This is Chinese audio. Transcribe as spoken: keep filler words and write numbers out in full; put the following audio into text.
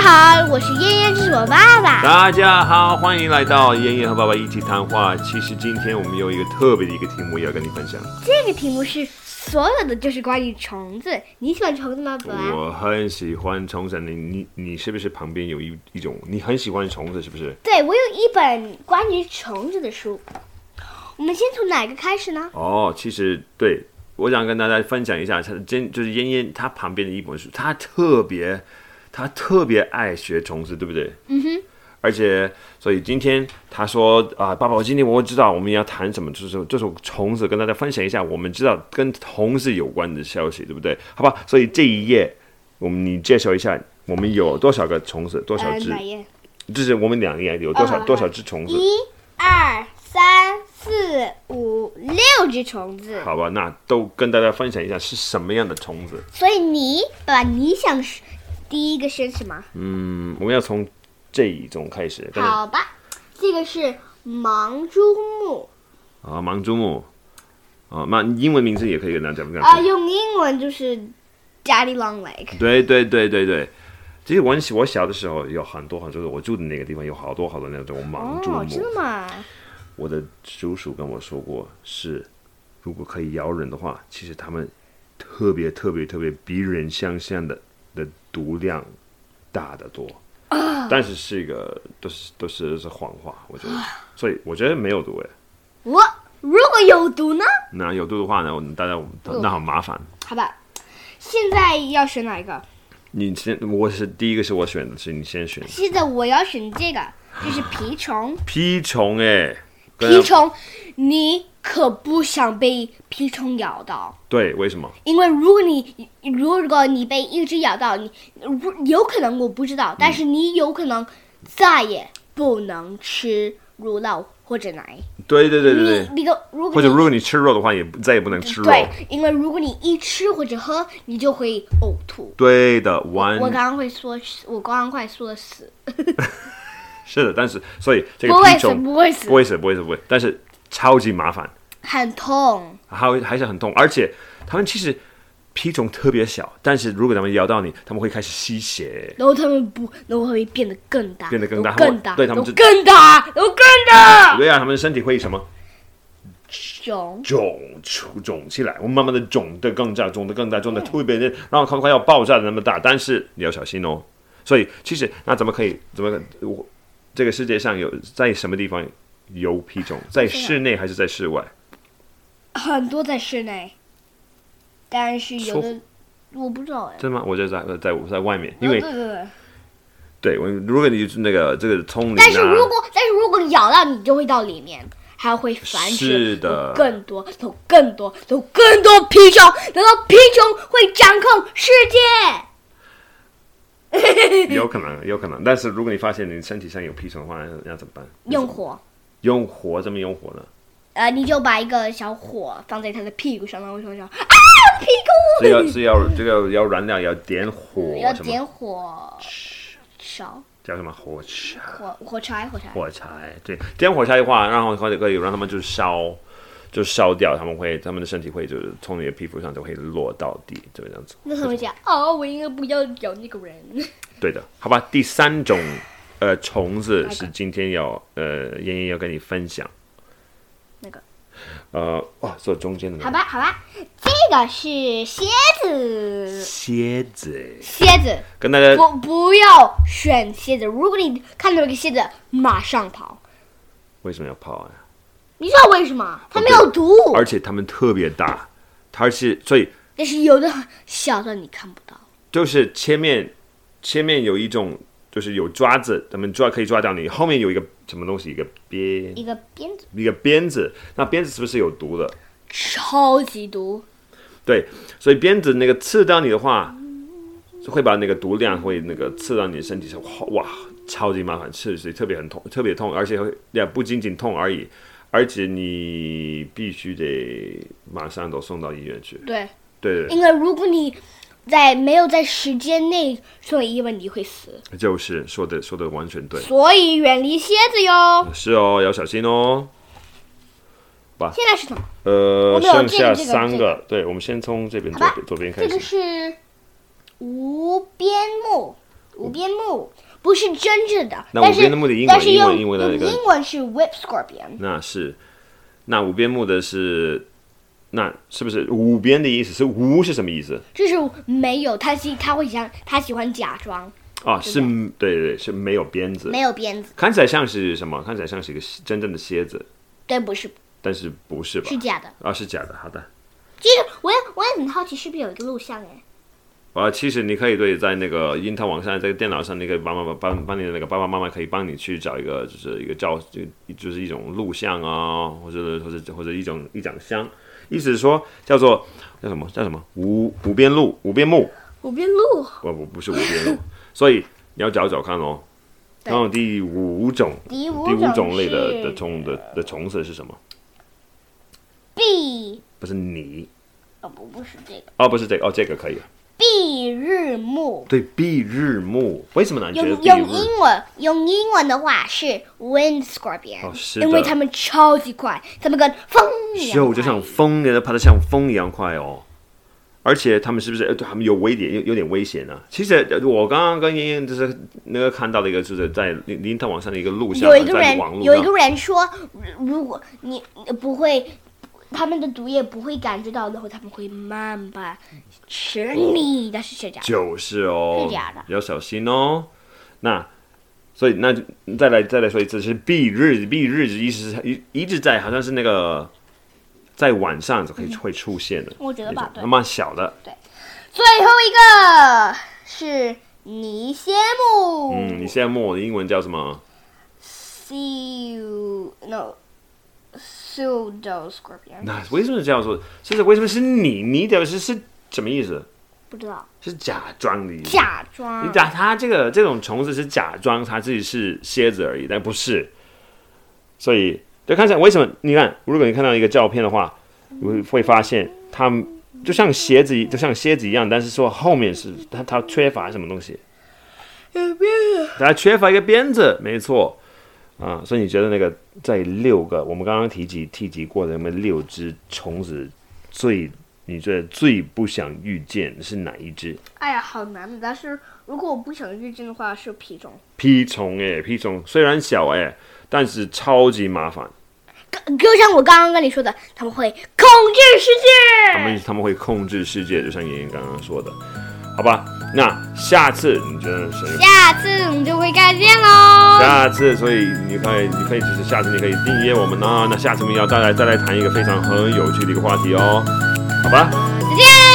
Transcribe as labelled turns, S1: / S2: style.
S1: 好，我是燕燕，这是我爸爸。
S2: 大家好，欢迎来到燕燕和爸爸一起谈话。其实今天我们有一个特别的一个题目要跟你分享。
S1: 这个题目是所有的就是关于虫子。你喜欢虫子吗，爸爸？
S2: 我很喜欢虫子。你你你是不是旁边有一一种你很喜欢虫子？是不是？
S1: 对，我有一本关于虫子的书。我们先从哪个开始呢？
S2: 哦，其实对，我想跟大家分享一下，今就是燕燕她旁边的一本书，她特别。他特别爱学虫子，对不对？
S1: 嗯哼。
S2: 而且，所以今天他说啊，爸爸，我今天我知道我们要谈什么，就是就是虫子，跟大家分享一下我们知道跟虫子有关的消息，对不对？好吧，所以这一页，我们你介绍一下，我们有多少个虫子，多少只？
S1: 呃、哪页？
S2: 就是我们两页有多少、哦、多少只虫子？
S1: 一、二、三、四、五、六只虫子。
S2: 好吧，那都跟大家分享一下是什么样的虫子。
S1: 所以你，爸爸，你想第一个是什么？
S2: 嗯，我们要从这一种开始。
S1: 好吧，这个是盲蛛目。
S2: 啊，盲蛛目。啊，那英文名字也可以跟大家讲。
S1: 啊，用英文就是 Daddy Long Leg。
S2: 对对对对对。其实我我小的时候有很多很多，我住的那个地方有好多好多那种盲蛛目。
S1: 哦，真的吗？
S2: 我的叔叔跟我说过，是如果可以咬人的话，其实他们特别特别特别比人想象的。的毒量大得多，啊、但是是一个都是都是都是谎话，我觉得，所以我觉得没有毒哎。
S1: 我如果有毒呢？
S2: 那有毒的话呢，大家那好麻烦。
S1: 好吧，现在要选哪一个？
S2: 你先，我是第一个是我选的，是你先选。
S1: 现在我要选这个，就是蜱虫。
S2: 蜱虫哎，
S1: 蜱虫，你可不想被蜱虫咬到。
S2: 对，为什么？
S1: 因为如果你如果你被一只咬到，你有可能我不知道，但是你有可能再也不能吃乳酪或者奶。
S2: 对对对对对。
S1: 你个如果
S2: 或者如果你吃肉的话，也再也不能吃肉。
S1: 对，因为如果你一吃或者喝，你就会呕吐。
S2: 对的，完。
S1: 我刚刚会说，我刚刚快说死。
S2: 是的，但是所以这个蜱虫
S1: 不会死，
S2: 不会死，不会死，不会，但是超级麻烦。
S1: 很痛，
S2: 还还是很痛，而且他们其实蜱虫特别小，但是如果他们咬到你，他们会开始吸血，
S1: 然后他们不，然后会变得更大，
S2: 变得更大，
S1: 更大，
S2: 对他们
S1: 更大，然后更大。
S2: 对啊，他们的身体会什么？
S1: 肿
S2: 肿肿起来，我们慢慢的肿得更大，肿得更大，肿得特别的，然后快要爆炸的那么大，但是你要小心哦。所以其实那怎么可以？怎么我这个世界上有在什么地方有蜱虫？在室内还是在室外？
S1: 很多在室内，但是有的我不知道哎。
S2: 真的吗？我就在在在外面，因为、哦、
S1: 对对对，
S2: 对我如果你那个这个丛林、啊，
S1: 但是如果但是如果咬到你，就会到里面，还会繁殖，
S2: 是的，
S1: 有更多，有更多，有更多蜱虫，然后蜱虫会掌控世
S2: 界。有可能，有可能，但是如果你发现你身体上有蜱虫的话，要怎么办？
S1: 用火。
S2: 用火怎么用火呢？
S1: 呃，你就把一个小火放在他的屁股上，然后说说啊，屁股！
S2: 是要是要这个要燃料，要点火，
S1: 要点火烧，
S2: 叫什么火柴？
S1: 火火柴，火柴。
S2: 火柴，对，点火柴的话，然后可以可以让他们就是烧，就烧掉，他们会他们的身体会就是从你的皮肤上就会落到地，就这样子。
S1: 那他们讲哦，我应该不要咬那个人。
S2: 对的，好吧。第三种呃虫子是今天要呃燕燕要跟你分享。
S1: 那个，
S2: 呃，哇，坐中间的、那个。
S1: 好吧，好吧，这个是蝎子。
S2: 蝎子。
S1: 蝎子。
S2: 跟大家
S1: 不不要选蝎子，如果你看到一个蝎子，马上跑。
S2: 为什么要跑啊？
S1: 你知道为什么？它没有毒，
S2: 而且它们特别大，它是所以。
S1: 但是有的小的你看不到。
S2: 就是前面，前面有一种。就是有抓子，他们抓可以抓到你。后面有一个什么东西，一个鞭，
S1: 一个鞭子，
S2: 一个鞭子。那鞭子是不是有毒的？
S1: 超级毒。
S2: 对，所以鞭子那个刺到你的话，会把那个毒量会那个刺到你的身体上，哇，超级麻烦，刺是特别很痛，特别痛，而且会也不仅仅痛而已，而且你必须得马上都送到医院去。
S1: 对，
S2: 对对。
S1: 因为如果你在没有在时间内送医院，你会死。
S2: 就是说的说的完全对。
S1: 所以远离蝎子哟。
S2: 是哦，要小心哦。吧。
S1: 现在是什么？
S2: 呃，剩下三个，
S1: 这个这个、
S2: 对，我们先从这边左边左边开始。
S1: 这个是无边目。 无边牧不是真正的，
S2: 那无边的牧的英文，英文英文的那个
S1: 英文是 whip scorpion。
S2: 那是，那无边牧的是，那是不是无边的意思？是无是什么意思？
S1: 就是没有，他喜他会想他喜欢假装。
S2: 哦，是，对对对，是没有鞭子，
S1: 没有鞭子，
S2: 看起来像是什么？看起来像是一个真正的蝎子，
S1: 对，不是，
S2: 但是不是吧？
S1: 是假的。
S2: 啊，是假的。好的。
S1: 其实我也我也很好奇，是不是有一个录像哎？
S2: 啊，其实你可以对在那个樱桃网上，在电脑上，你可以帮帮帮帮你的那个爸爸妈妈可以帮你去找一个，就是一个照，就就是一种录像啊，或者或者或者一种一张箱，意思是说叫做叫什么叫什么无无边路无边牧
S1: 无边路，
S2: 不不不是无边路，所以你要找找看哦。然后第五种
S1: 第五
S2: 第五种类的
S1: 是
S2: 的虫的的虫子是什么？
S1: 壁
S2: 不是你
S1: 哦不不是这个
S2: 哦，不是这个哦，这个可以。
S1: 蔽日木。
S2: 对，蔽日木，为什么呢？你觉得
S1: 用
S2: 蔽日
S1: 用英文用英文的话是 wind scorpion，、
S2: 哦、是的，
S1: 因为它们超级快，它们跟风一样快，
S2: 就像风，它跑得像风一样快哦。而且他们是不是呃，他们有危点，有有点危险呢、啊？其实我刚刚跟妍妍就是那个看到的一个，就是在林特网上的一个录像，
S1: 有一个人
S2: 在网络上
S1: 有一个人说，如果你不会，他们的毒液不会感觉到，然后他们会慢慢吃你，但是是假的，
S2: 就是哦，
S1: 是假的，
S2: 要小心哦。那所以那再来再来说一次，是蔽日蔽日意思是一一直在，好像是那个。在晚上就可以会出现的，
S1: 我觉得吧，对，
S2: 那么小的，
S1: 对。最后一个是尼歇木，
S2: 嗯，尼歇木的英文叫什么
S1: ？Pseudo no pseudo scorpion。
S2: 那为什么这样说？就是为什么是你？你的是是什么意思？
S1: 不知道，
S2: 是假装的意思。
S1: 假装。
S2: 你打它这个这种虫子是假装它自己是蝎子而已，但不是，所以。对，看起来为什么？你看，如果你看到一个照片的话，你会发现它就像蝎子，就像蝎子一样，但是说后面是它它缺乏什么东西？它缺乏一个鞭子，没错啊。所以你觉得那个在六个我们刚刚提及提及过的那六只虫子，最你觉得最不想遇见是哪一只？
S1: 哎呀，好难的。但是如果我不想遇见的话，是蜱虫。
S2: 蜱虫哎，蜱虫虽然小哎，但是超级麻烦。
S1: 就像我刚刚跟你说的，他们会控制世界。
S2: 他们他们会控制世界，就像妍妍刚刚说的，好吧？那下次你觉得谁？
S1: 下次我们就会再见喽。
S2: 下次，所以你可以，你可以就是下次你可以订阅我们哦。那下次我们要再来再来谈一个非常很有趣的一个话题哦，好吧？
S1: 再见。